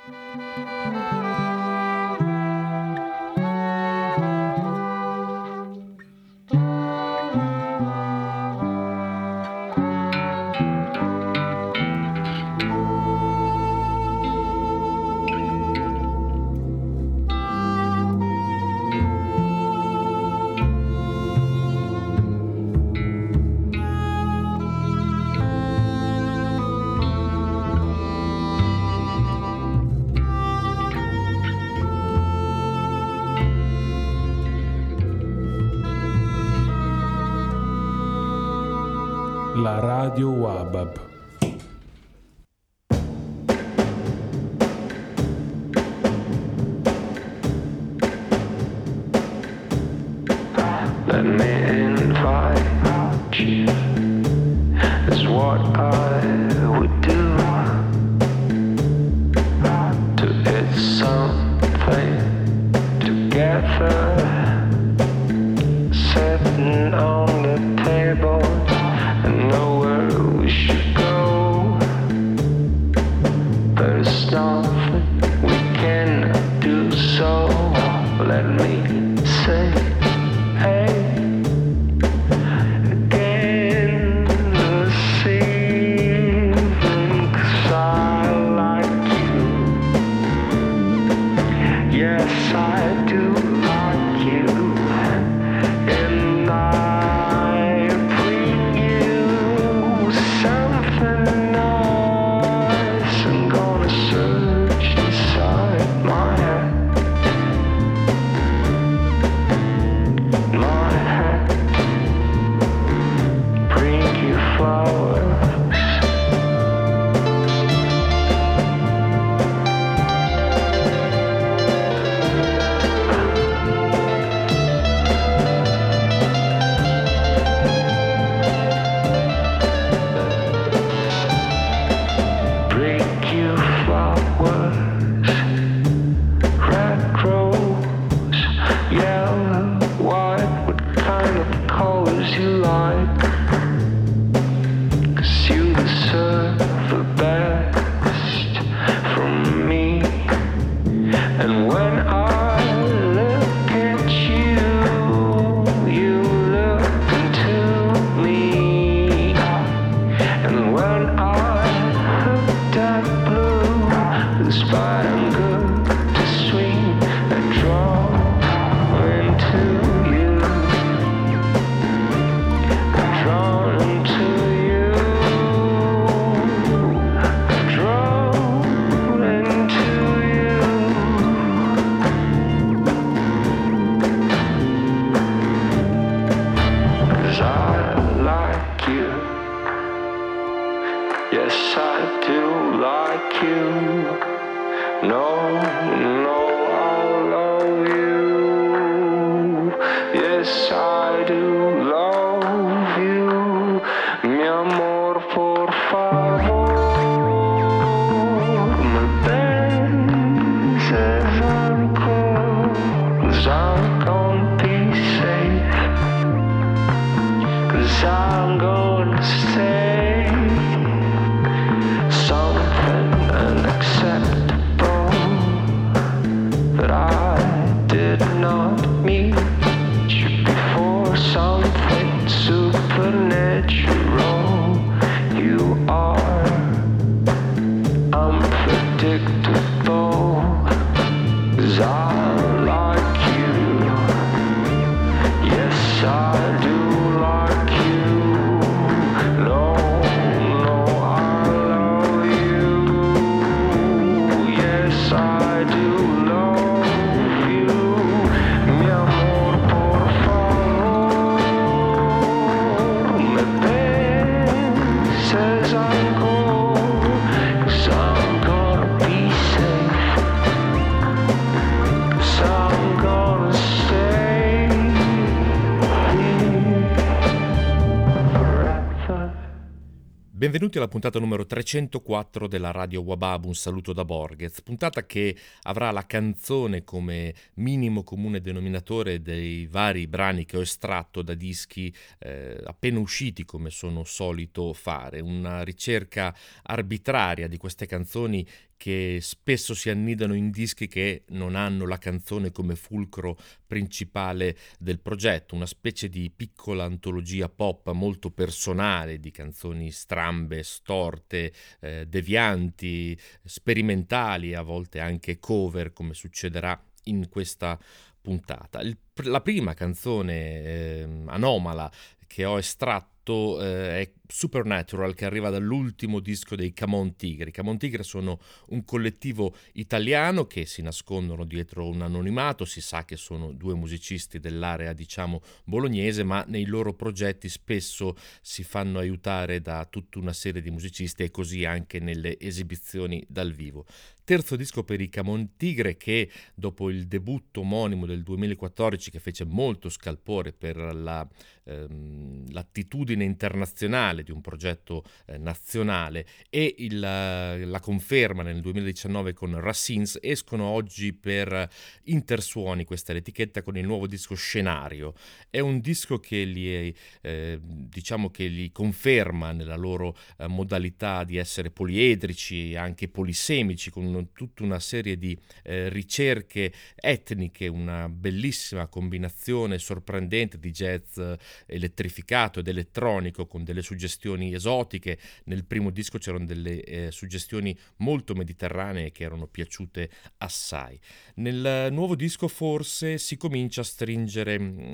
La Radio Wabab. Let me invite you, is what I would do, to eat something together, sitting on the table and know where we should go. There's nothing we cannot do, so let me say, hey. Benvenuti alla puntata numero 304 della Radio Wabab, un saluto da Borghez, puntata che avrà la canzone come minimo comune denominatore dei vari brani che ho estratto da dischi appena usciti, come sono solito fare, una ricerca arbitraria di queste canzoni che spesso si annidano in dischi che non hanno la canzone come fulcro principale del progetto, una specie di piccola antologia pop molto personale di canzoni strambe, storte, devianti, sperimentali, a volte anche cover, come succederà in questa puntata. La prima canzone anomala che ho estratto è Supernatural, che arriva dall'ultimo disco dei Camon Tigre. I Camon Tigre sono un collettivo italiano che si nascondono dietro un anonimato, si sa che sono due musicisti dell'area, diciamo, bolognese, ma nei loro progetti spesso si fanno aiutare da tutta una serie di musicisti, e così anche nelle esibizioni dal vivo. Terzo disco per i Camon Tigre, che dopo il debutto omonimo del 2014, che fece molto scalpore per l'attitudine internazionale di un progetto nazionale, e la conferma nel 2019 con Racines, escono oggi per Intersuoni, questa è l'etichetta, con il nuovo disco Scenario. È un disco che diciamo che li conferma nella loro modalità di essere poliedrici, anche polisemici, con tutta una serie di ricerche etniche, una bellissima combinazione sorprendente di jazz elettrificato ed elettronico con delle suggestioni esotiche. Nel primo disco c'erano delle suggestioni molto mediterranee che erano piaciute assai. Nel nuovo disco forse si comincia a stringere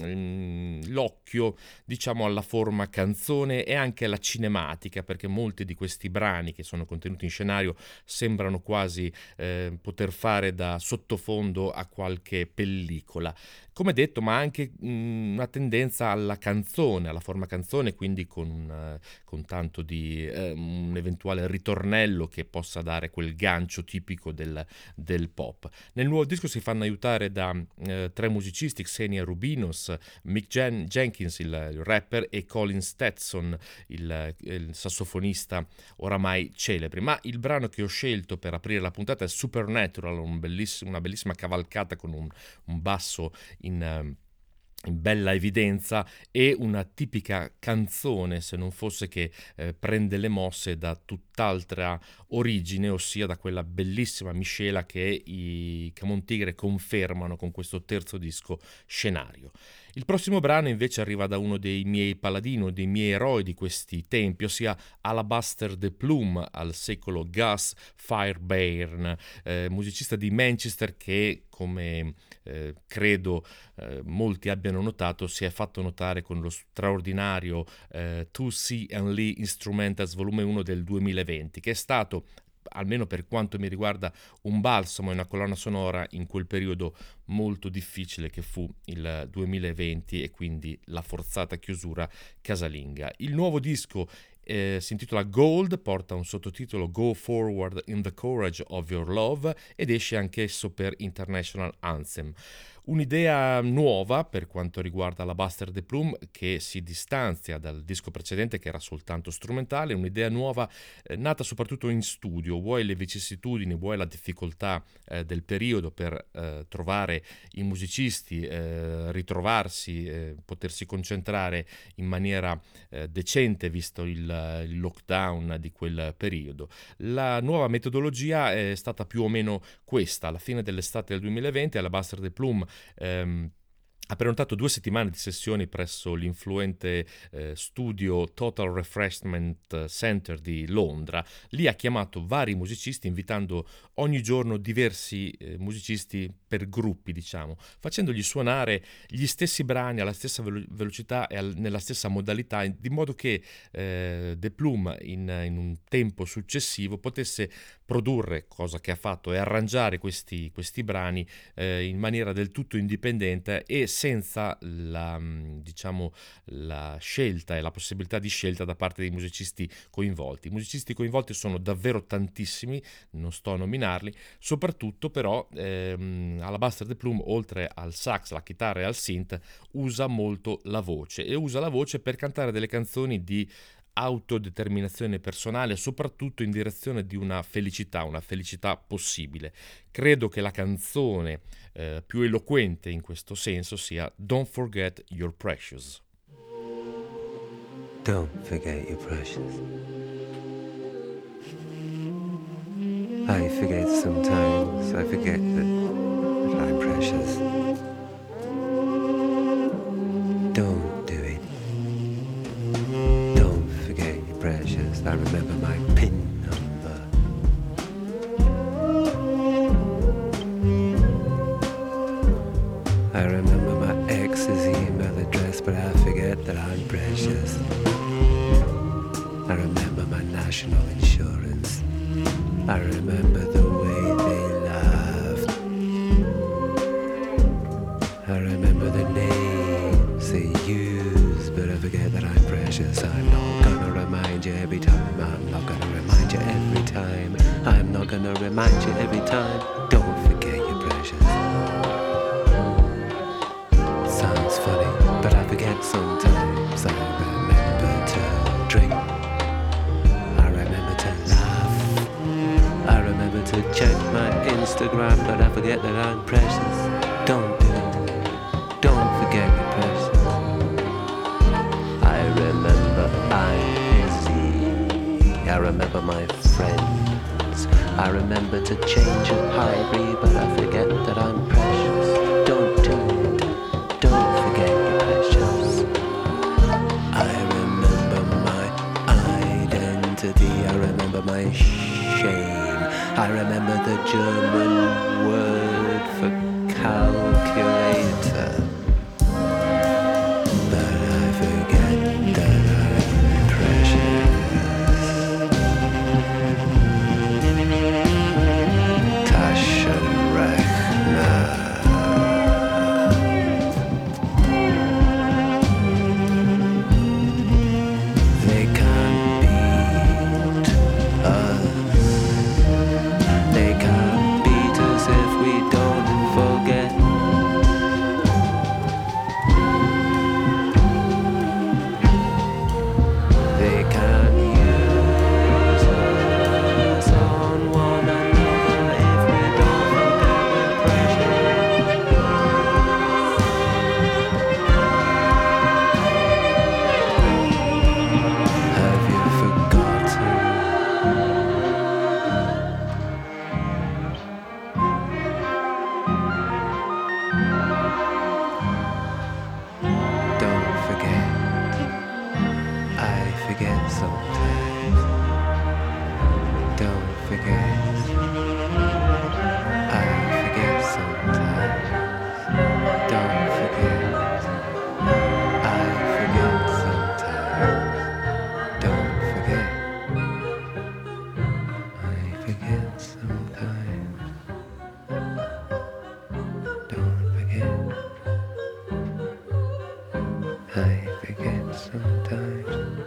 l'occhio, diciamo, alla forma canzone e anche alla cinematica, perché molti di questi brani che sono contenuti in Scenario sembrano quasi poter fare da sottofondo a qualche pellicola. Come detto, ma anche una tendenza alla canzone, alla forma canzone, quindi con tanto di un eventuale ritornello che possa dare quel gancio tipico del pop. Nel nuovo disco si fanno aiutare da tre musicisti: Xenia Rubinos, Mick Jenkins, il rapper, e Colin Stetson, il sassofonista oramai celebre. Ma il brano che ho scelto per aprire la puntata è Supernatural, una bellissima cavalcata con un basso in bella evidenza, e una tipica canzone, se non fosse che prende le mosse da tutt'altra origine, ossia da quella bellissima miscela che i Camon Tigre confermano con questo terzo disco Scenario. Il prossimo brano invece arriva da uno dei miei paladini, dei miei eroi di questi tempi, ossia Alabaster the Plume, al secolo Gus Firebairn, musicista di Manchester che, come credo molti abbiano notato, si è fatto notare con lo straordinario 2C and Lee Instrumentals volume 1 del 2020, che è stato, almeno per quanto mi riguarda, un balsamo e una colonna sonora in quel periodo molto difficile che fu il 2020, e quindi la forzata chiusura casalinga. Il nuovo disco si intitola Gold, porta un sottotitolo Go Forward in the Courage of Your Love, ed esce anch'esso per International Anthem. Un'idea nuova per quanto riguarda la Alabaster the Plume, che si distanzia dal disco precedente che era soltanto strumentale, un'idea nuova nata soprattutto in studio, vuoi le vicissitudini, vuoi la difficoltà del periodo per trovare i musicisti, ritrovarsi, potersi concentrare in maniera decente visto il lockdown di quel periodo. La nuova metodologia è stata più o meno questa: alla fine dell'estate del 2020 Alabaster the Plume ha prenotato 2 settimane di sessioni presso l'influente studio Total Refreshment Center di Londra. Lì ha chiamato vari musicisti, invitando ogni giorno diversi musicisti per gruppi, diciamo, facendogli suonare gli stessi brani alla stessa velocità e nella stessa modalità, di modo che The Plume in un tempo successivo potesse produrre, cosa che ha fatto, e arrangiare questi brani in maniera del tutto indipendente e senza la scelta e la possibilità di scelta da parte dei musicisti coinvolti. I musicisti coinvolti sono davvero tantissimi, non sto a nominarli, soprattutto però Alabaster the Plume, oltre al sax, la chitarra e al synth, usa molto la voce, e usa la voce per cantare delle canzoni di autodeterminazione personale, soprattutto in direzione di una felicità possibile. Credo che la canzone più eloquente in questo senso sia Don't Forget You're Precious. Don't forget you're precious. I forget sometimes, I forget that I'm precious. Don't do it. Don't forget you're precious. I remember my PIN number. I remember my ex's email address, but I forget that I'm precious. I remember my national insurance. I remember the way they laughed. I remember the names they used, but I forget that I'm precious. I'm not gonna remind you every time. I'm not gonna remind you every time. I'm not gonna remind you every time. Don't forget you're precious. Sounds funny, but I forget sometimes. I remember to drink. I remember to laugh. I remember to check my Instagram, but I forget that I'm precious. Don't do it. Don't forget you're precious. I remember I'm busy. I remember my friends. I remember to change a hybrid, but I forget that I'm precious. Don't do it. Don't forget you're precious. I remember my identity. I remember my shame. I remember the German word for calculator. But I forget that I'm precious. Taschenrechner. They can't beat us. They can't beat us if we don't forget. They can use us on one another if we don't forget we're precious. Have you forgotten? Don't forget. I forget sometimes. Don't forget. I forget sometimes. Don't forget. I forget sometimes. Don't forget. I forget sometimes. Don't forget. I forget sometimes.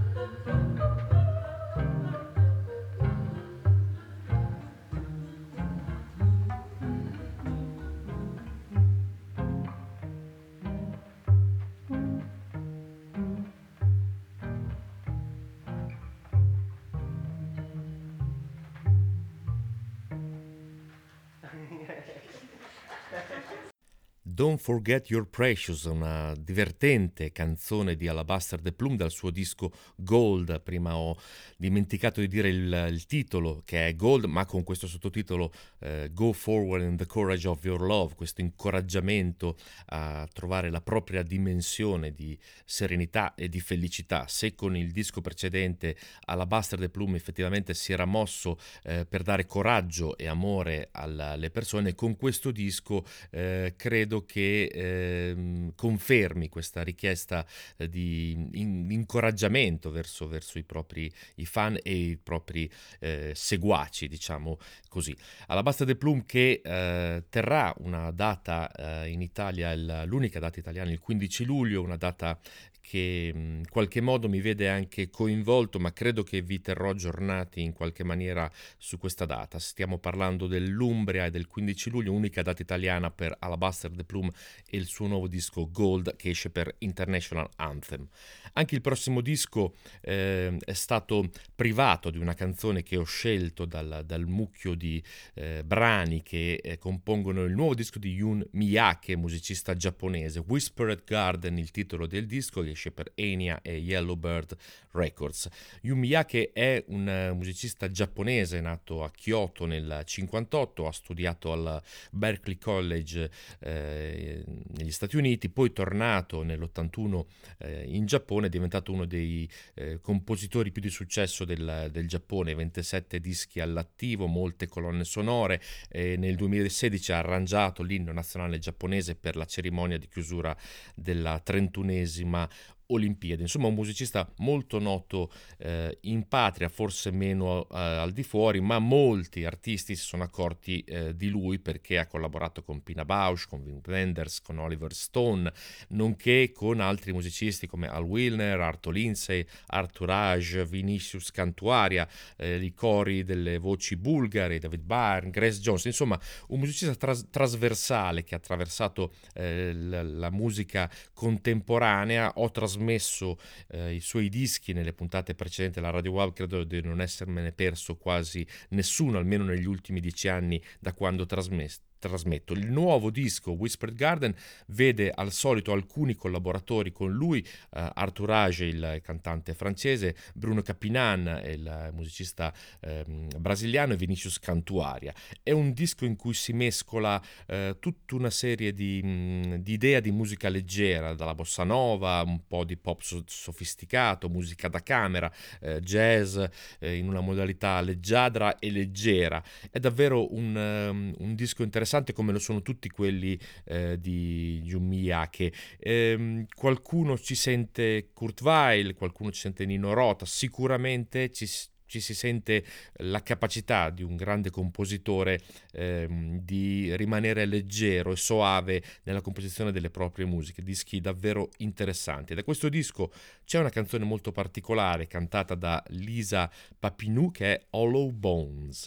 Don't Forget You're Precious, una divertente canzone di Alabaster the Plum dal suo disco Gold. Prima ho dimenticato di dire il titolo, che è Gold, ma con questo sottotitolo Go Forward in the Courage of Your Love, questo incoraggiamento a trovare la propria dimensione di serenità e di felicità. Se con il disco precedente Alabaster the Plum effettivamente si era mosso per dare coraggio e amore alle persone, con questo disco credo che confermi questa richiesta di incoraggiamento verso i propri i fan e i propri seguaci, diciamo così. Alabaster the Plum che terrà una data in Italia, l'unica data italiana, il 15 luglio, una data che in qualche modo mi vede anche coinvolto, ma credo che vi terrò aggiornati in qualche maniera su questa data. Stiamo parlando dell'Umbria e del 15 luglio, unica data italiana per Alabaster the Plum e il suo nuovo disco Gold che esce per International Anthem. Anche il prossimo disco è stato privato di una canzone che ho scelto dal mucchio di brani che compongono il nuovo disco di Jun Miyake, musicista giapponese. Whispered Garden, il titolo del disco, che esce per Enya e Yellowbird Records. Jun Miyake è un musicista giapponese nato a Kyoto nel 1958, ha studiato al Berklee College negli Stati Uniti, poi tornato nell'81 in Giappone, è diventato uno dei compositori più di successo del Giappone, 27 dischi all'attivo, molte colonne sonore, nel 2016 ha arrangiato l'inno nazionale giapponese per la cerimonia di chiusura della 31esima Olimpiadi. Insomma, un musicista molto noto in patria, forse meno al di fuori, ma molti artisti si sono accorti di lui perché ha collaborato con Pina Bausch, con Wim Wenders, con Oliver Stone, nonché con altri musicisti come Al Wilner, Arto Lindsay, Arturage, Vinicius Cantuaria, i cori delle voci bulgare, David Byrne, Grace Jones. Insomma, un musicista trasversale che ha attraversato la musica contemporanea. Ho trasmesso i suoi dischi nelle puntate precedenti della Radio WAB, credo di non essermene perso quasi nessuno, almeno negli ultimi 10 anni da quando trasmetto. Il nuovo disco Whispered Garden vede al solito alcuni collaboratori con lui, Arturage, il cantante francese, Bruno Capinan, il musicista brasiliano, e Vinicius Cantuaria. È un disco in cui si mescola tutta una serie di idee di musica leggera, dalla bossa nova, un po' di pop sofisticato, musica da camera, jazz in una modalità leggiadra e leggera. È davvero un disco interessante, come lo sono tutti quelli di Jun Miyake. Qualcuno ci sente Kurt Weill, qualcuno ci sente Nino Rota, sicuramente ci si sente la capacità di un grande compositore di rimanere leggero e soave nella composizione delle proprie musiche, dischi davvero interessanti. Da questo disco c'è una canzone molto particolare cantata da Lisa Papineau che è Hollow Bones.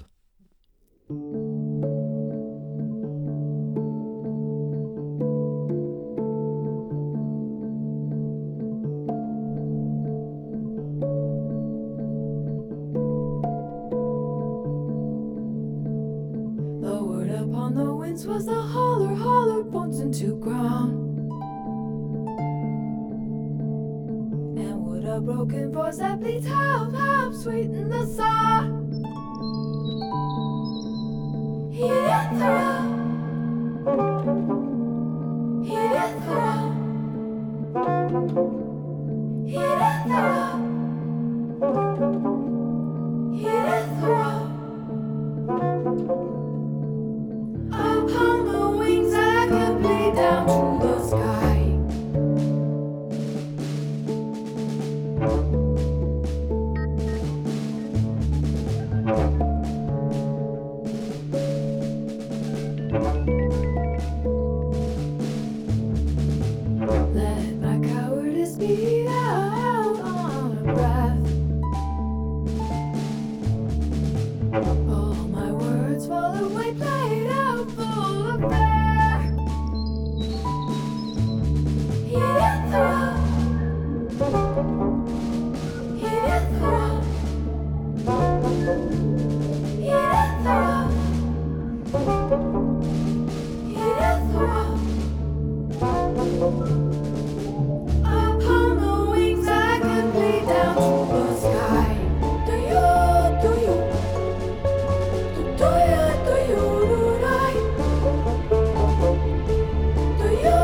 Was the holler bones into ground, and would a broken voice that bleeds help sweeten the sun. Heedeth the road, heedeth the road, heedeth the road, heedeth the road. Upon the wings I can bleed down to the sky. Let my cowardice be out on a breath. All my words fall away, played out full of fear. Heedeth the road, heedeth the road, heedeth the road, heedeth the road. Upon the wings I can bleed down to the sky. Do you? Do you right? Do you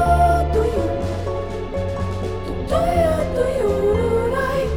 right?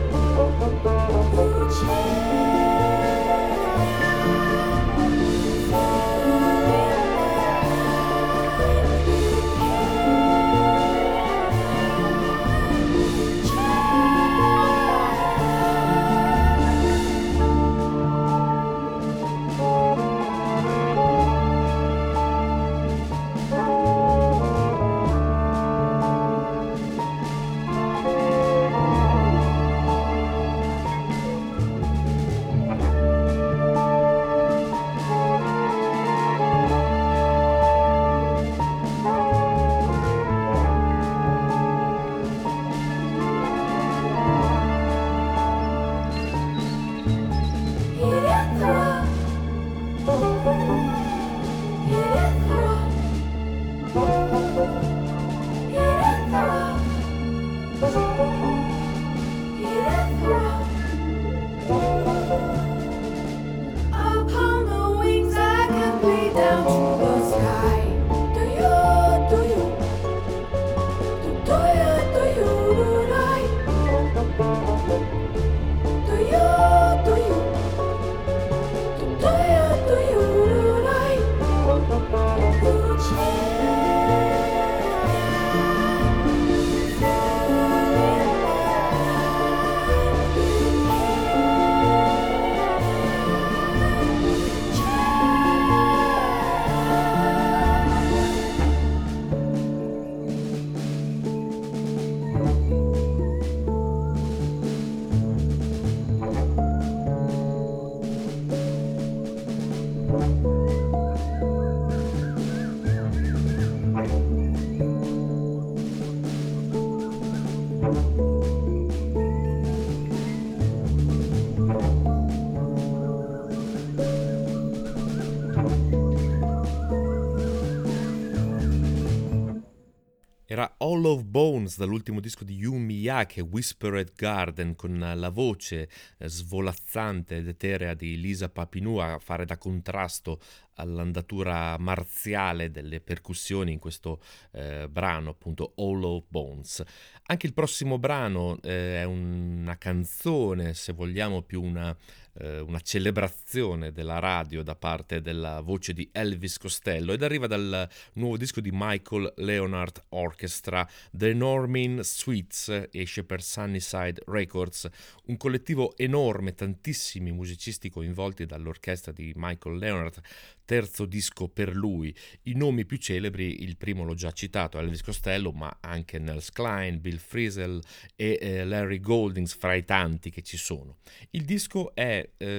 Era Hollow Bones dall'ultimo disco di Yu Miyake, Whispered Garden, con la voce svolazzante ed eterea di Lisa Papineau a fare da contrasto all'andatura marziale delle percussioni in questo brano, appunto Hollow Bones. Anche il prossimo brano è una canzone, se vogliamo più una celebrazione della radio da parte della voce di Elvis Costello, ed arriva dal nuovo disco di Michael Leonard Orchestra, The Normin Suites, esce per Sunnyside Records, un collettivo enorme, tantissimi musicisti coinvolti dall'orchestra di Michael Leonard, terzo disco per lui. I nomi più celebri, il primo l'ho già citato, Elvis Costello, ma anche Nels Cline, Bill Frisell e Larry Goldings fra i tanti che ci sono. Il disco è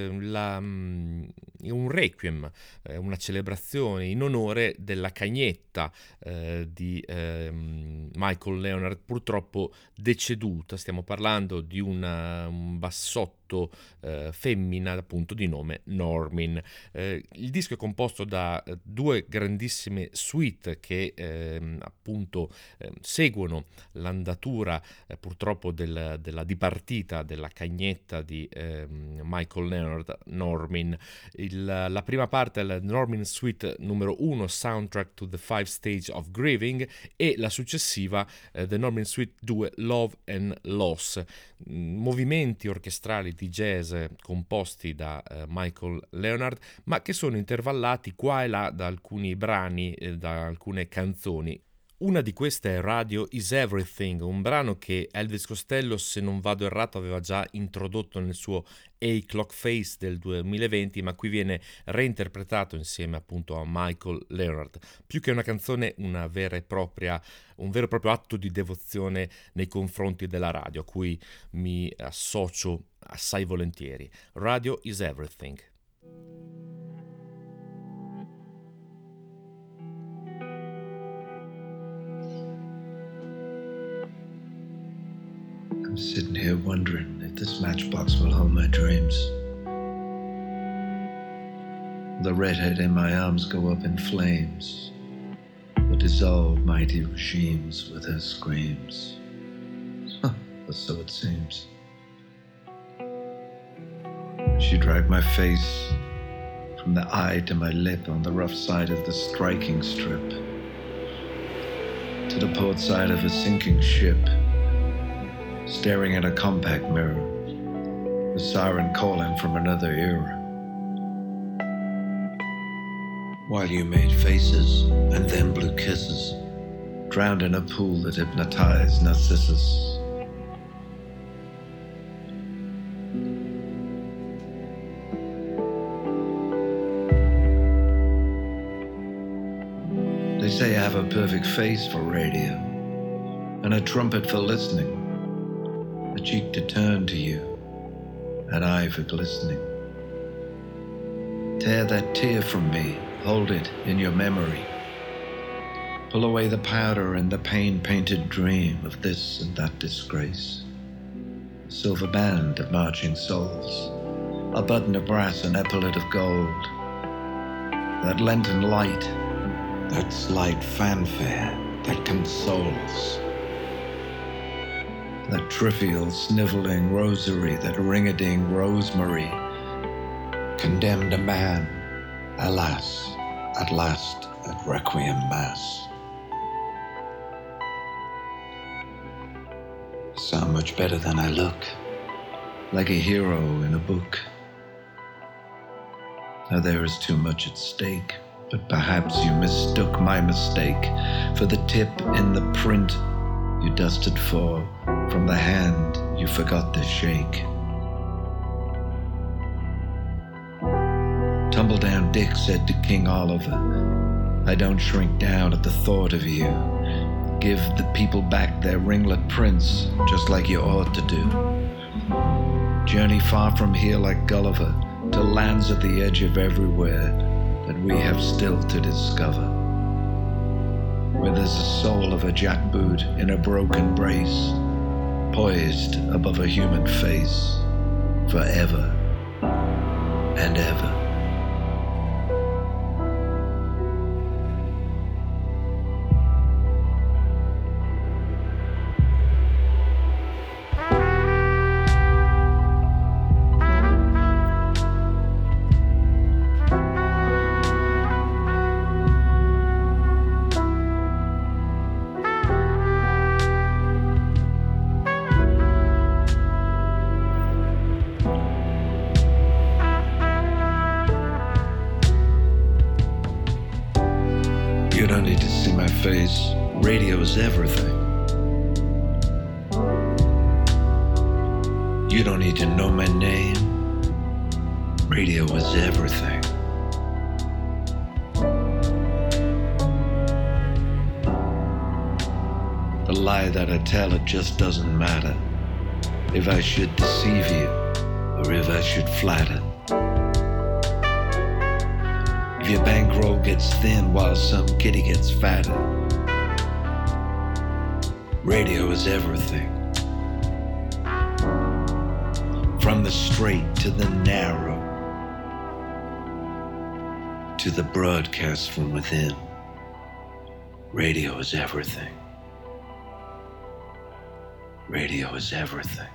un requiem, una celebrazione in onore della cagnetta di Michael Leonard, purtroppo deceduta. Stiamo parlando di un bassotto femmina, appunto, di nome Normin. Il disco è composto da due grandissime suite che appunto seguono l'andatura purtroppo della dipartita della cagnetta di Michael Leonard, Normin. La prima parte è la Normin Suite numero 1, Soundtrack to the Five Stage of Grieving, e la successiva The Normin Suite 2, Love and Loss. Movimenti orchestrali di jazz composti da Michael Leonard, ma che sono intervallati qua e là da alcuni brani, da alcune canzoni. Una di queste è Radio is Everything, un brano che Elvis Costello, se non vado errato, aveva già introdotto nel suo A Clock Face del 2020, ma qui viene reinterpretato insieme appunto a Michael Leonard. Più che una canzone, un vero e proprio atto di devozione nei confronti della radio, a cui mi associo assai volentieri. Radio is Everything. I'm sitting here wondering if this matchbox will hold my dreams. The redhead in my arms go up in flames, or dissolve mighty regimes with her screams. Or so it seems. She dragged my face from the eye to my lip on the rough side of the striking strip, to the port side of a sinking ship, staring at a compact mirror, the siren calling from another era. While you made faces and then blew kisses, drowned in a pool that hypnotized Narcissus. They say I have a perfect face for radio, and a trumpet for listening, a cheek to turn to you, an eye for glistening. Tear that tear from me, hold it in your memory. Pull away the powder and the pain-painted dream of this and that disgrace. A silver band of marching souls, a button of brass, an epaulet of gold. That Lenten light, that slight fanfare that consoles. That trivial sniveling rosary, that ring-a-ding rosemary, condemned a man, alas, at last at requiem mass. I sound much better than I look, like a hero in a book. Now there is too much at stake, but perhaps you mistook my mistake for the tip in the print you dusted for, from the hand you forgot to shake. Tumbledown Dick said to King Oliver, I don't shrink down at the thought of you. Give the people back their ringlet prince, just like you ought to do. Journey far from here like Gulliver, to lands at the edge of everywhere that we have still to discover. Where there's the soul of a jackboot in a broken brace, poised above a human face, forever and ever. You don't need to see my face. Radio is everything. You don't need to know my name. Radio is everything. The lie that I tell, it just doesn't matter if I should deceive you or if I should flatter. If your bankroll gets thin while some kitty gets fatter. Radio is everything. From the straight to the narrow, to the broadcast from within. Radio is everything. Radio is everything.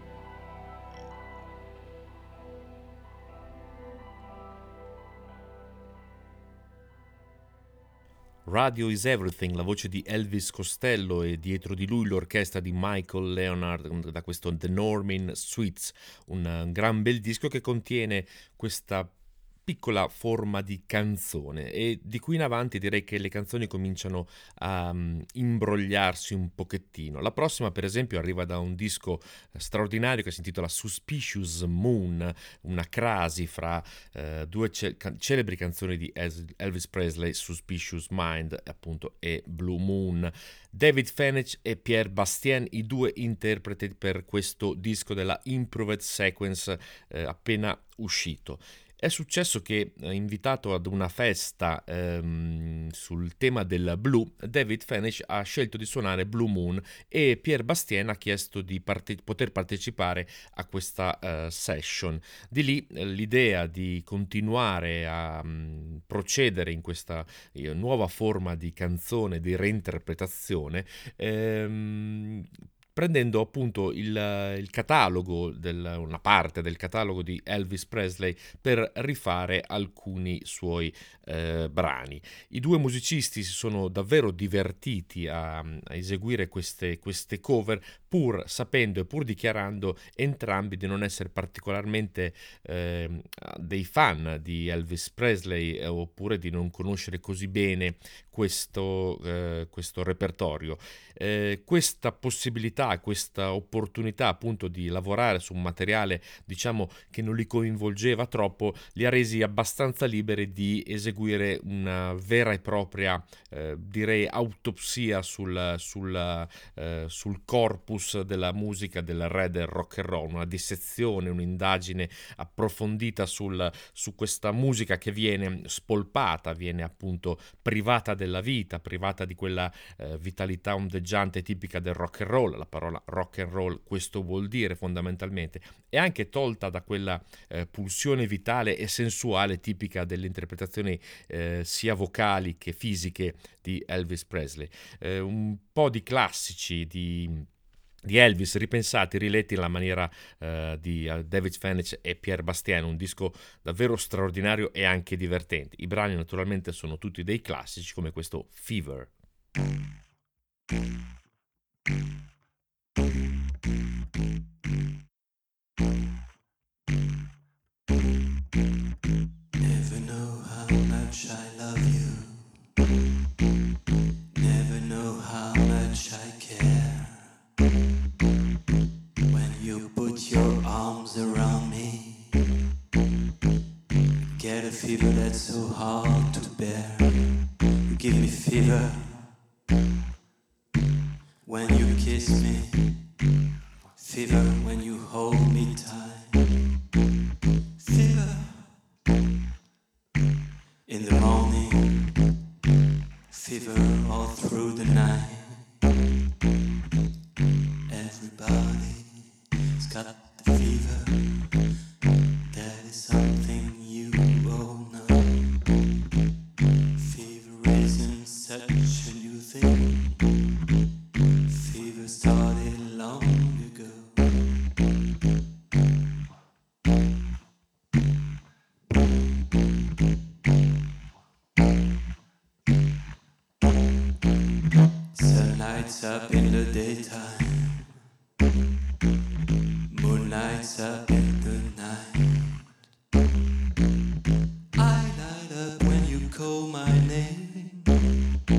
Radio is Everything, la voce di Elvis Costello e dietro di lui l'orchestra di Michael Leonard da questo The Norman Suites, un gran bel disco che contiene questa piccola forma di canzone e di qui in avanti direi che le canzoni cominciano a imbrogliarsi un pochettino. La prossima per esempio arriva da un disco straordinario che si intitola Suspicious Moon, una crasi fra due celebri canzoni di Elvis Presley, Suspicious Mind appunto e Blue Moon. David Fenech e Pierre Bastien, i due interpreti per questo disco della Improved Sequence appena uscito. È successo che, invitato ad una festa sul tema del blu, David Fenech ha scelto di suonare Blue Moon e Pierre Bastien ha chiesto di poter partecipare a questa session. Di lì l'idea di continuare a procedere in questa nuova forma di canzone, di reinterpretazione, prendendo appunto il catalogo, una parte del catalogo di Elvis Presley per rifare alcuni suoi brani. I due musicisti si sono davvero divertiti a eseguire queste cover, pur sapendo e pur dichiarando entrambi di non essere particolarmente dei fan di Elvis Presley oppure di non conoscere così bene questo repertorio. Questa possibilità, questa opportunità appunto di lavorare su un materiale diciamo che non li coinvolgeva troppo li ha resi abbastanza liberi di eseguire una vera e propria direi autopsia sul corpus della musica del re del rock and roll, una dissezione, un'indagine approfondita su questa musica che viene spolpata, viene appunto privata della vita, privata di quella vitalità ondeggiante tipica del rock and roll. La parola rock and roll questo vuol dire fondamentalmente, è anche tolta da quella pulsione vitale e sensuale tipica delle interpretazioni sia vocali che fisiche di Elvis Presley. Un po' di classici di Elvis ripensati, riletti nella maniera di David Fenech e Pierre Bastien, un disco davvero straordinario e anche divertente. I brani naturalmente sono tutti dei classici come questo Fever. Never know how much I love you. Never know how much I care. When you put your arms around me, I get a fever that's so hard to bear. You give me fever when you kiss me, fever when you hold me tight, fever in the morning, fever all through the night. Everybody's got the fever, that is something you all know. Fever isn't such a new thing, fever started long ago. Sun lights up in the daytime, moon lights up in the night. I light up when you call my name.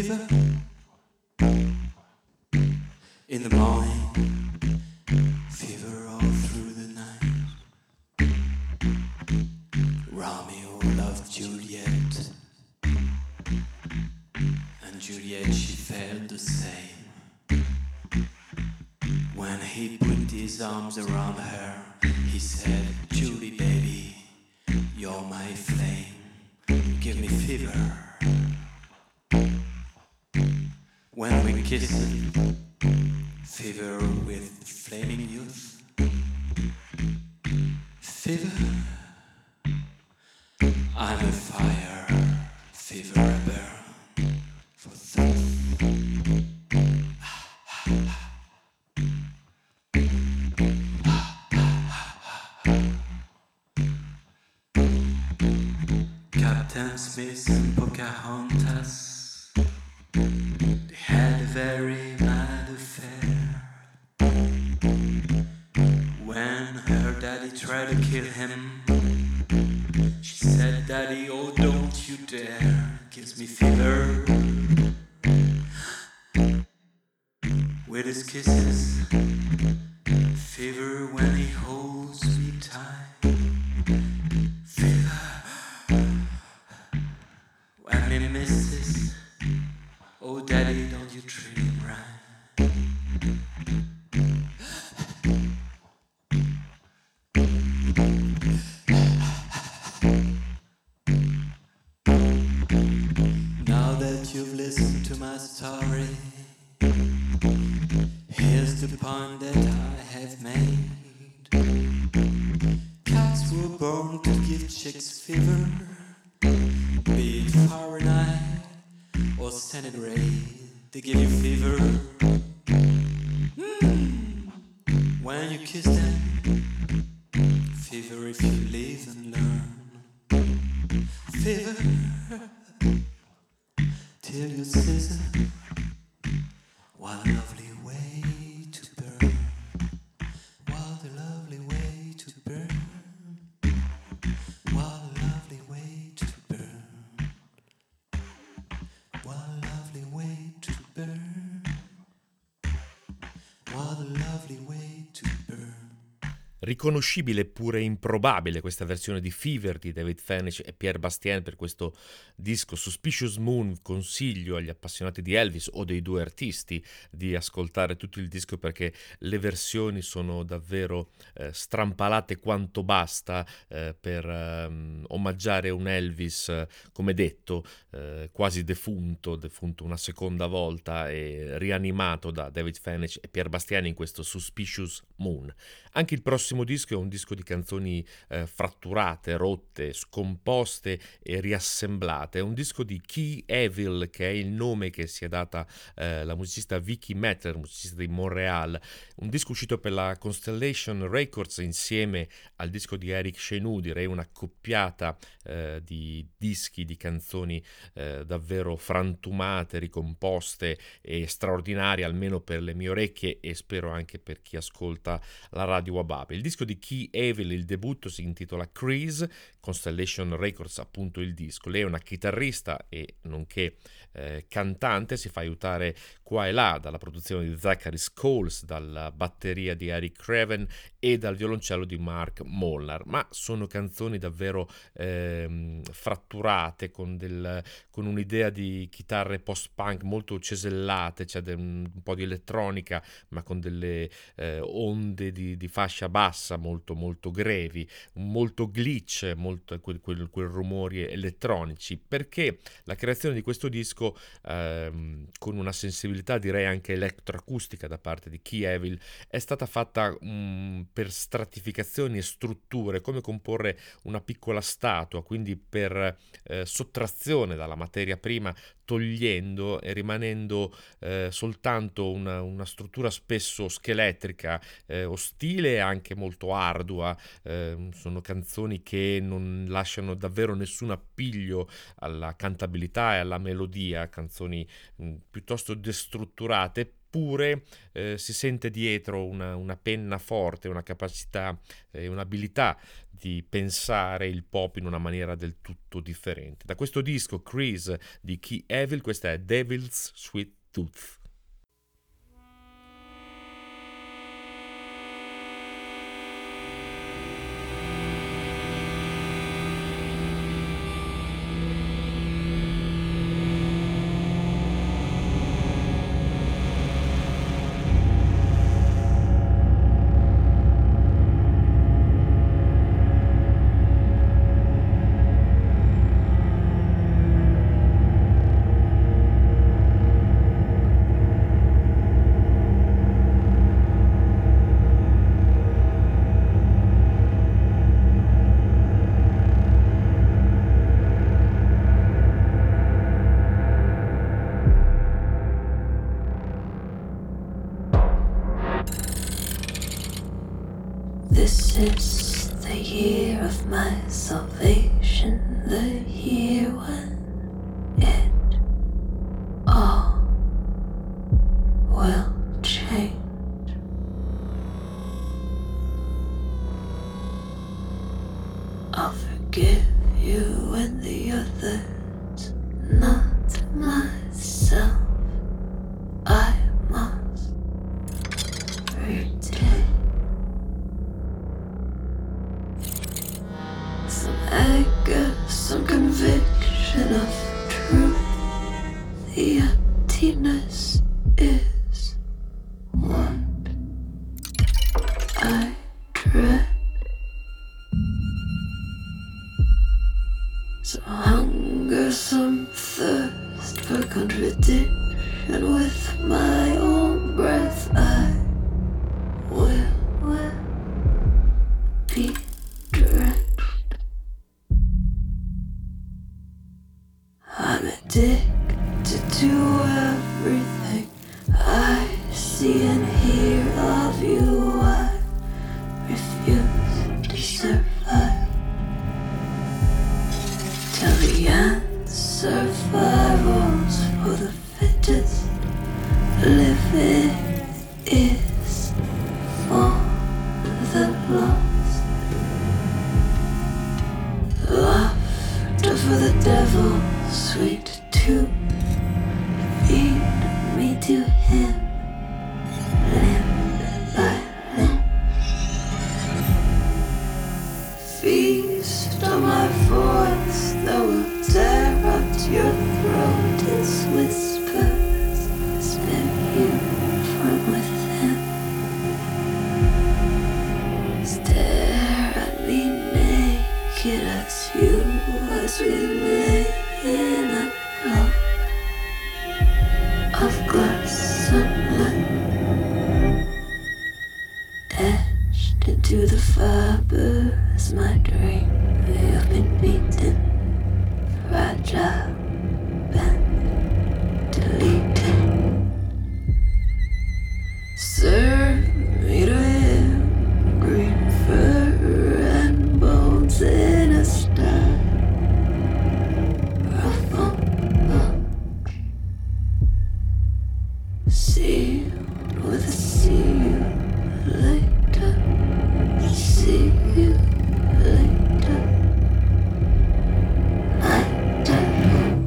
fever in the morning, fever all through the night. Romeo loved Juliet, and Juliet, she felt the same. When he put his arms around her, he said, Julie baby, you're my flame, give me fever. When we kissed, fever with flaming youth. Fever, I'm a fire, fever I burn for thirst. Captain Smith and Pocahontas, they had a very mad affair. When her daddy tried to kill him, she said, Daddy, oh don't you dare, gives me fever. With his kisses, fever when he holds me tight. Fever when he misses, oh Daddy, don't you treat him right. Now that you've listened to my story, here's the point that I have made. Cats were born to give chicks fever, be it Fahrenheit or centigrade, they give you fever. When you kiss them, fever if you live and learn. Fever till you scissor. What a lovely way to burn. What a lovely way to burn. What a lovely way to burn. What a lovely way to burn. What a lovely way to burn. Riconoscibile eppure improbabile questa versione di Fever di David Fenech e Pierre Bastien per questo disco Suspicious Moon. Consiglio agli appassionati di Elvis o dei due artisti di ascoltare tutto il disco, perché le versioni sono davvero strampalate quanto basta per omaggiare un Elvis, come detto, quasi defunto una seconda volta e rianimato da David Fenech e Pierre Bastien in questo Suspicious Moon. Anche il prossimo disco è un disco di canzoni fratturate, rotte, scomposte e riassemblate. È un disco di Key Evil, che è il nome che si è data la musicista Vicky Mettler, musicista di Montreal. Un disco uscito per la Constellation Records insieme al disco di Eric Chenou, direi una coppiata di dischi, di canzoni davvero frantumate, ricomposte e straordinarie, almeno per le mie orecchie e spero anche per chi ascolta la radio Wabab. Il disco di Key Evil, il debutto, si intitola Crease, Constellation Records appunto il disco. Lei è una chitarrista e nonché cantante, si fa aiutare qua e là dalla produzione di Zachary Scholes, dalla batteria di Eric Craven e dal violoncello di Mark Molnar, ma sono canzoni davvero fratturate, con un'idea di chitarre post-punk molto cesellate, c'è un po' di elettronica ma con delle onde di fascia bassa molto molto grevi, molto glitch, molto quel rumori elettronici, perché la creazione di questo disco con una sensibilità direi anche elettroacustica da parte di Key Evil è stata fatta per stratificazioni e strutture, come comporre una piccola statua, quindi per sottrazione dalla materia prima, togliendo e rimanendo soltanto una struttura spesso scheletrica, ostile e anche molto ardua. Sono canzoni che non lasciano davvero nessun appiglio alla cantabilità e alla melodia, canzoni piuttosto destrutturate, eppure si sente dietro una penna forte, una capacità e un'abilità di pensare il pop in una maniera del tutto differente. Da questo disco Crease di Key Evil, questa è Devil's Sweet Tooth. This is the year of my salvation, the year when it all will change. I'll forgive you and the others, not myself. I must retain some anger, some conviction of truth. The emptiness is what I dread. Some hunger, some thirst for contradiction. With my own breath I will be drenched. I'm addicted to everything I see and hear of you. I refuse to survive till the end. Survival's for the fittest. Living is for the lost. Laughter for the devil, sweet tooth. Feed me to him, limb by limb. Feast on my voice that will tear out your throat. Its whispers spare you from within. Stare at me naked as we lay in a block of glass sunlight, etched into the fibers. My dream, you've been beaten, fragile, bent, deleted. Serve me to him, green fur and bones in a sty. Sealed with a see you later. See you later. Night devil.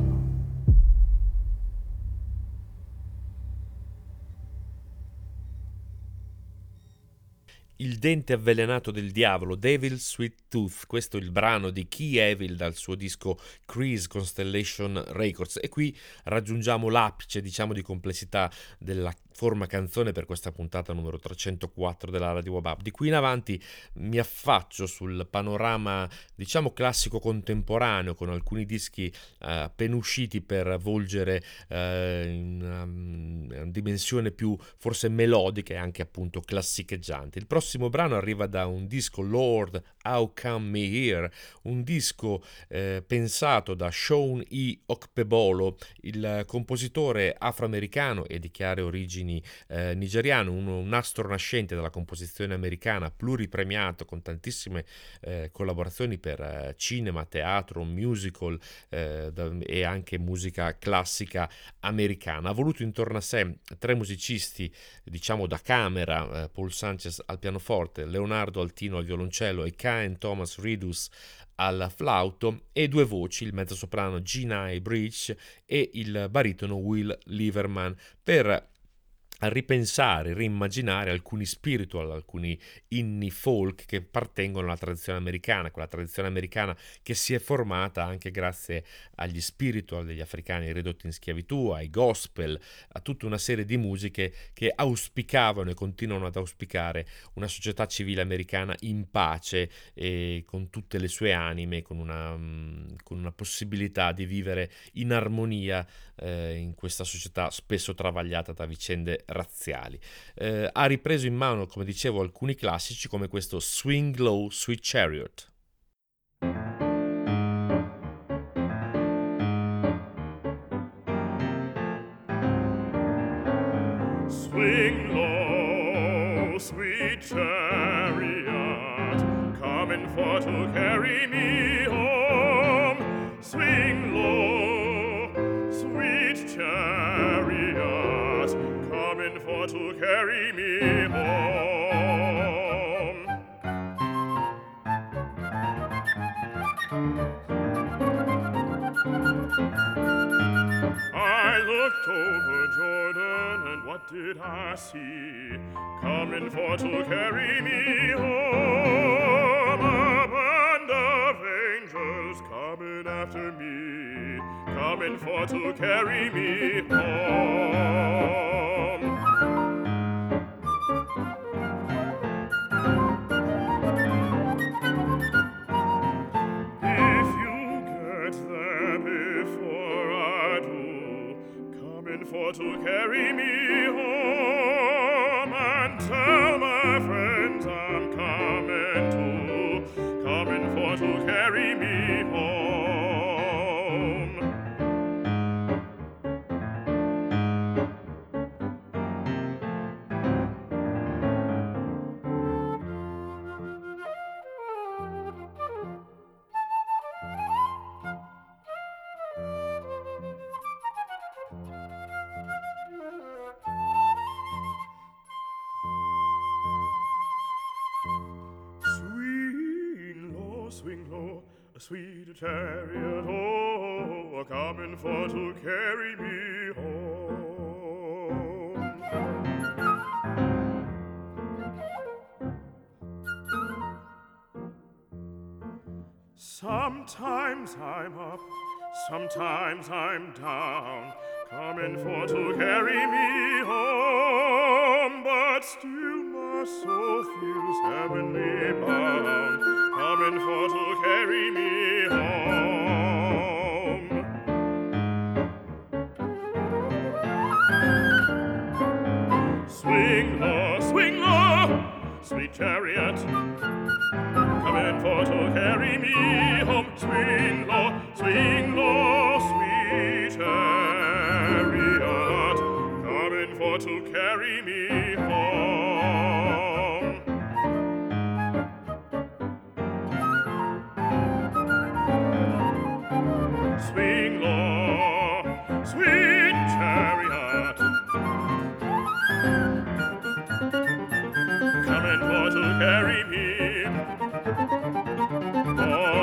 Il dente avvelenato del diavolo, Devil's Sweet Tooth, questo è il brano di Key Evil dal suo disco Crease Constellation Records, e qui raggiungiamo l'apice, diciamo, di complessità della forma canzone per questa puntata numero 304 della Radio Wabab. Di qui in avanti mi affaccio sul panorama, diciamo, classico contemporaneo, con alcuni dischi appena usciti per volgere in una dimensione più forse melodica e anche appunto classicheggiante. Il prossimo brano arriva da un disco, Lord How Come Me Here, un disco pensato da Sean E. Okpebholo, il compositore afroamericano e di chiare origini origini nigeriane, un astro nascente della composizione americana, pluripremiato con tantissime collaborazioni per cinema, teatro, musical e anche musica classica americana. Ha voluto intorno a sé 3 musicisti, diciamo da camera, Paul Sanchez al pianoforte, Leonardo Altino al violoncello e Cain Thomas Ridus al flauto, e 2 voci, il mezzosoprano Gina Bridge e il baritono Will Lieberman, per ripensare, rimmaginare alcuni spiritual, alcuni inni folk che appartengono alla tradizione americana, quella tradizione americana che si è formata anche grazie agli spiritual degli africani ridotti in schiavitù, ai gospel, a tutta una serie di musiche che auspicavano e continuano ad auspicare una società civile americana in pace e con tutte le sue anime, con una possibilità di vivere in armonia in questa società spesso travagliata da vicende razziali. Ha ripreso in mano, come dicevo, alcuni classici come questo Swing Low, Sweet Chariot. Swing low, sweet chariot, coming for to carry me home. Swing low, sweet chariot, coming for to carry me home. I looked over Jordan, and what did I see? Coming for to carry me home. A band of angels coming after me, coming for to carry me home. If you get there before I do, coming for to carry me home, and tell my friends I'm coming too, coming for to carry me home. Swing low, a sweet chariot, oh, coming for to carry me home. Sometimes I'm up, sometimes I'm down, coming for to carry me home, but still my soul feels heavenly bound, coming for to carry me home. Swing low, sweet chariot, coming for to carry me home. Swing low, sweet chariot, coming for to carry me home. Swing low, sweet chariot, coming for to carry me home.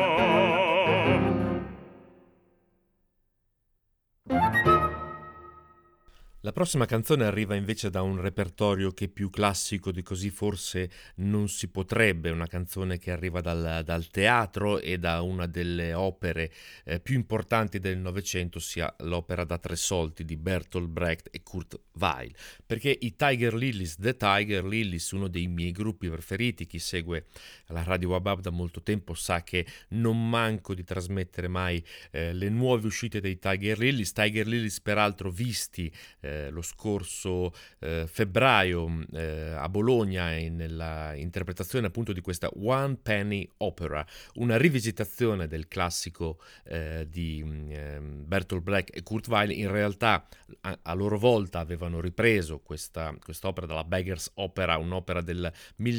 La prossima canzone arriva invece da un repertorio che più classico di così forse non si potrebbe, una canzone che arriva dal teatro e da una delle opere più importanti del Novecento, sia l'opera da 3 soldi di Bertolt Brecht e Kurt Weill, perché i The Tiger Lilies, uno dei miei gruppi preferiti. Chi segue la Radio Wabab da molto tempo sa che non manco di trasmettere mai le nuove uscite dei Tiger Lilies peraltro visti lo scorso febbraio a Bologna nella interpretazione appunto di questa One Penny Opera, una rivisitazione del classico di Bertolt Brecht e Kurt Weill. In realtà a loro volta avevano ripreso quest'opera dalla Beggar's Opera, un'opera del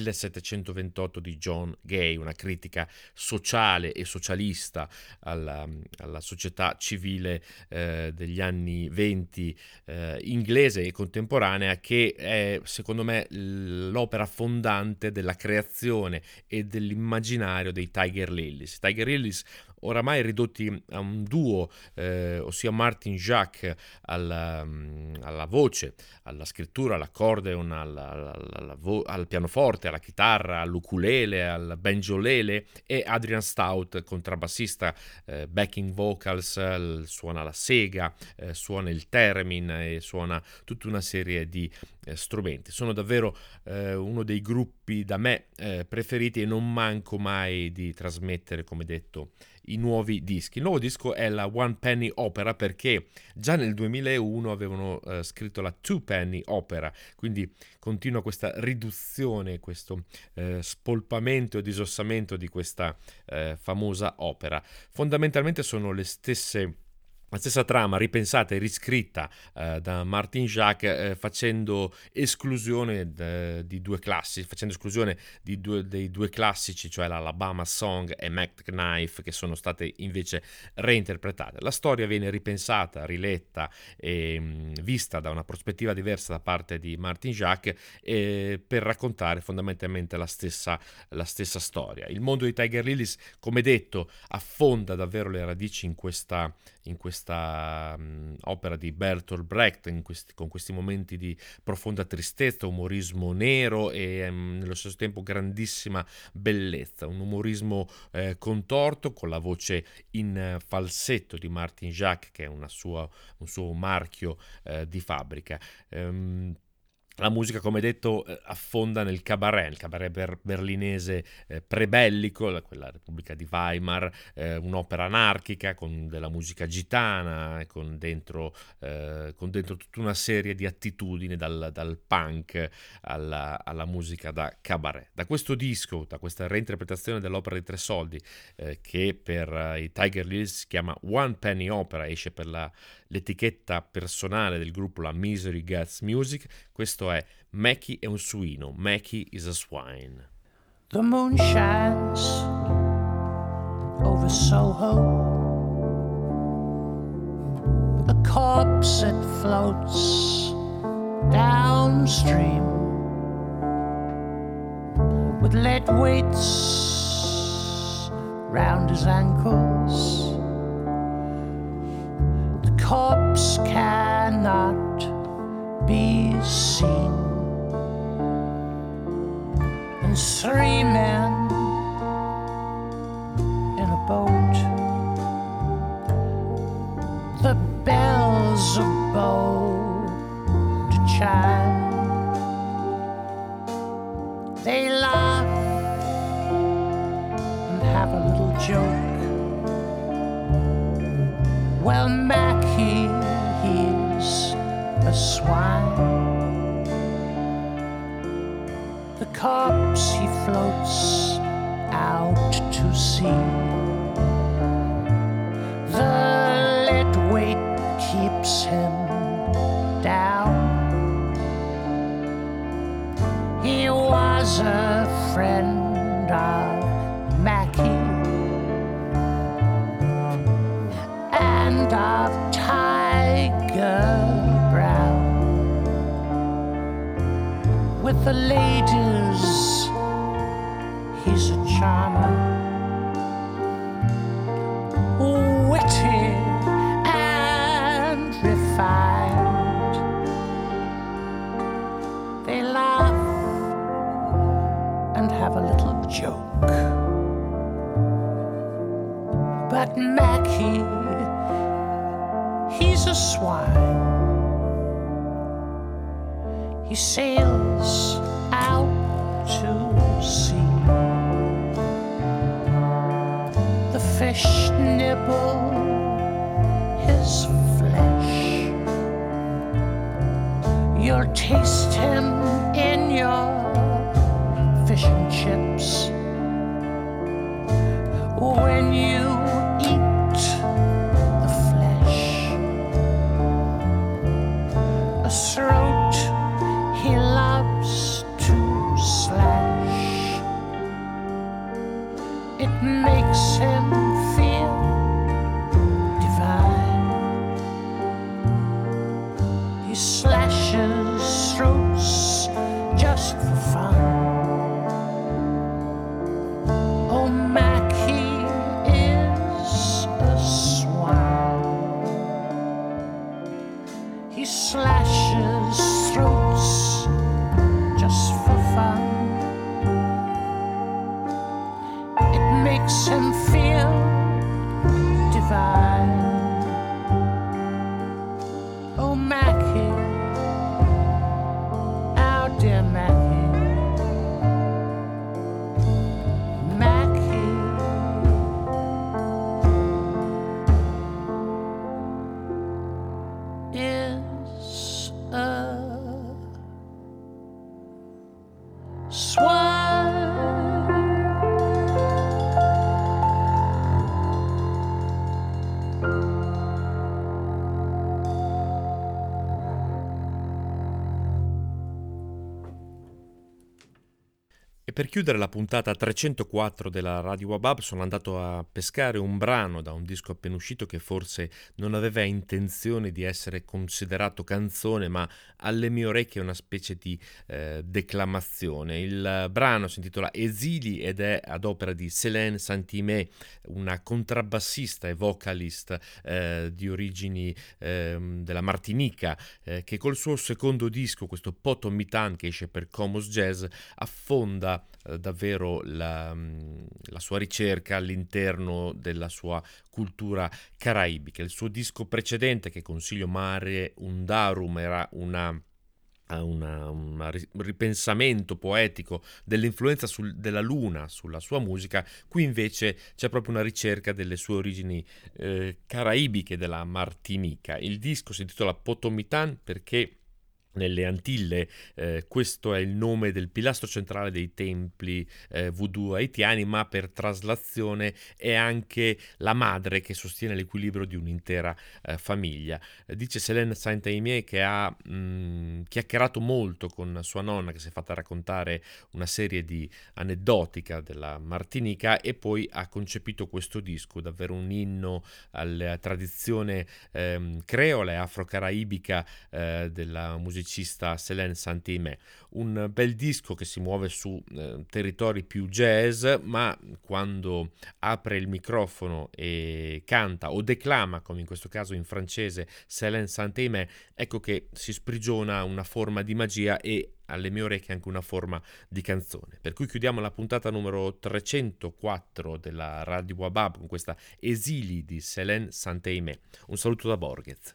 1728 di John Gay, una critica sociale e socialista alla società civile degli anni 20 inglese e contemporanea, che è secondo me l'opera fondante della creazione e dell'immaginario dei Tiger Lilies. Tiger Lilies oramai ridotti a un duo, ossia Martin Jacques alla voce, alla scrittura, all'accordeon, al pianoforte, alla chitarra, all'ukulele, al banjolele, e Adrian Stout, contrabbassista, backing vocals, suona la sega, suona il theremin e suona tutta una serie di strumenti. Sono davvero uno dei gruppi da me preferiti, e non manco mai di trasmettere, come detto, i nuovi dischi. Il nuovo disco è la One Penny Opera, perché già nel 2001 avevano scritto la Two Penny Opera, quindi continua questa riduzione, questo spolpamento e disossamento di questa famosa opera. Fondamentalmente sono la stessa trama ripensata e riscritta da Martin Jacques, facendo esclusione di due classi, facendo esclusione dei due classici, cioè l'Alabama Song e Mac the Knife, che sono state invece reinterpretate. La storia viene ripensata, riletta e vista da una prospettiva diversa da parte di Martin Jacques, per raccontare fondamentalmente la stessa storia. Il mondo di Tiger Lilies, come detto, affonda davvero le radici in questa opera di Bertolt Brecht, con questi momenti di profonda tristezza, umorismo nero e nello stesso tempo grandissima bellezza, un umorismo contorto, con la voce in falsetto di Martin Jacques, che è un suo marchio di fabbrica. La musica, come detto, affonda nel cabaret berlinese prebellico, quella Repubblica di Weimar, un'opera anarchica con della musica gitana, con dentro tutta una serie di attitudini, dal punk alla musica da cabaret. Da questo disco, da questa reinterpretazione dell'opera di Tre Soldi, che per i Tiger Lilies si chiama One Penny Opera, esce per l'etichetta personale del gruppo, la Misery Gets Music. Questo è Mackie è un suino, Mackie is a swine. The moon shines over Soho. A corpse that floats downstream with lead weights round his ankles. The corpse cannot be seen, and three men in a boat. The bells are bold to chime. They laugh and have a little joke. Well, Mackie, he's a swine. The corpse he floats out to sea. The lead weight keeps him down. He was a friend of Mackie and of Tiger Brown. With the ladies, he's a charmer, witty and refined. They laugh and have a little joke. But Mackie, he's a swine. He sails out to sea. The fish nibble his flesh. You'll taste him in your fish and chips. When you eat the flesh, a throat he loves to slash. It makes him feel divine. He slashes throats just for fun. Oh, Mac, he is a swine. He slashes throats just for fun. It makes him feel divine. Oh, Mackie, our dear Mackie. Is a swine. E per chiudere la puntata 304 della Radio Wabab sono andato a pescare un brano da un disco appena uscito che forse non aveva intenzione di essere considerato canzone, ma alle mie orecchie è una specie di declamazione. Il brano si intitola Esili ed è ad opera di Célène Saint-Imé, una contrabbassista e vocalist di origini della Martinica, che col suo secondo disco, questo Potomitan, che esce per Comus Jazz, affonda davvero la sua ricerca all'interno della sua cultura caraibica. Il suo disco precedente, che consiglio, Mare Undarum, era un ripensamento poetico dell'influenza della luna sulla sua musica. Qui invece c'è proprio una ricerca delle sue origini caraibiche, della Martinica. Il disco si intitola Potomitan perché nelle Antille questo è il nome del pilastro centrale dei templi voodoo haitiani, ma per traslazione è anche la madre che sostiene l'equilibrio di un'intera famiglia. Dice Célène Saint-Imé che ha chiacchierato molto con sua nonna, che si è fatta raccontare una serie di aneddotica della Martinica, e poi ha concepito questo disco, davvero un inno alla tradizione creola e afro-caraibica della musicista Célène Saint-Imé. Un bel disco che si muove su territori più jazz, ma quando apre il microfono e canta o declama, come in questo caso in francese, Célène Saint-Imé, ecco che si sprigiona una forma di magia e alle mie orecchie anche una forma di canzone. Per cui chiudiamo la puntata numero 304 della Radio Wabab con questa Esili di Célène Saint-Imé. Un saluto da Borghez.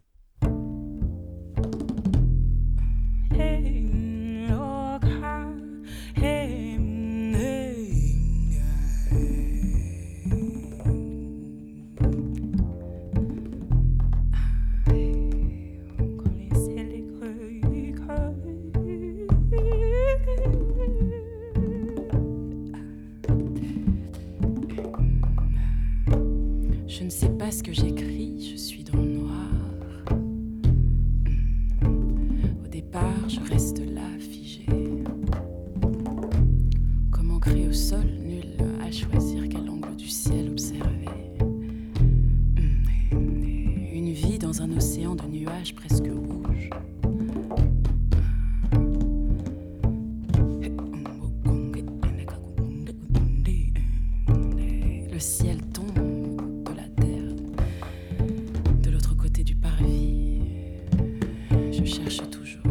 Je ne sais pas ce que j'écris, je suis dans le noir. Au départ, je reste là, figé. Comme ancré au sol, nul à choisir quel angle du ciel observer. Une vie dans un océan de nuages presque rouges. Le ciel tombe. Je cherche toujours.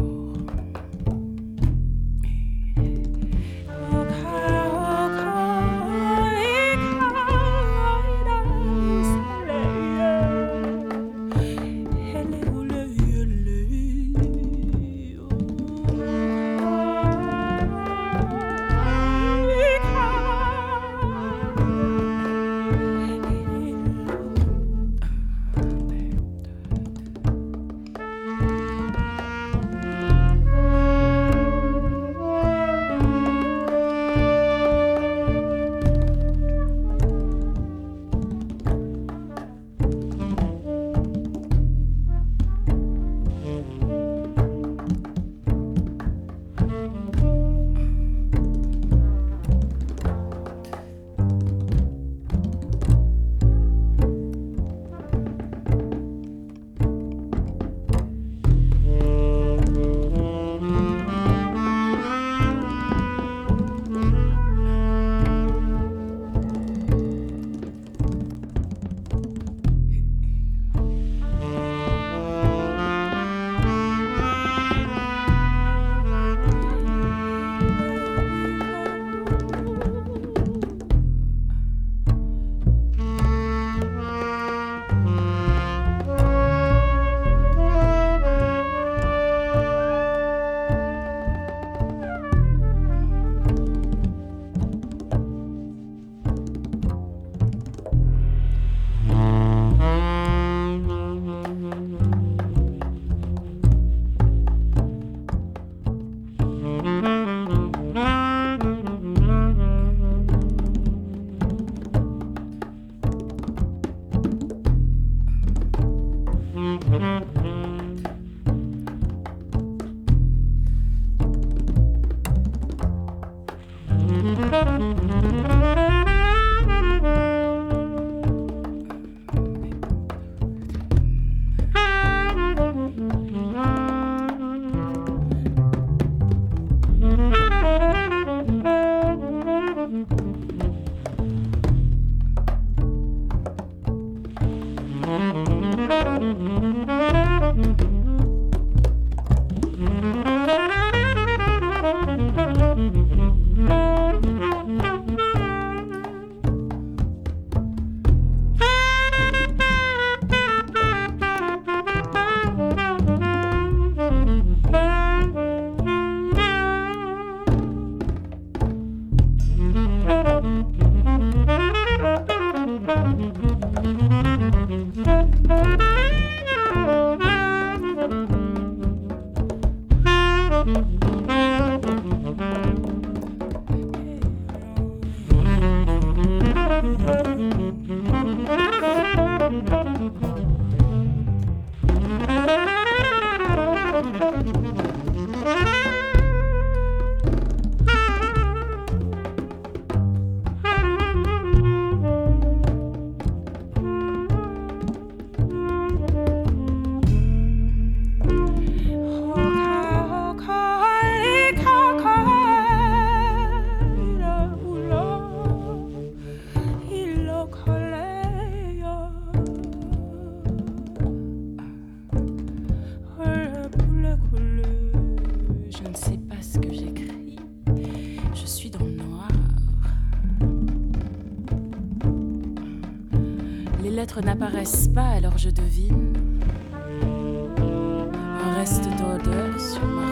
N'apparaissent pas, alors je devine un reste d'odeur sur ma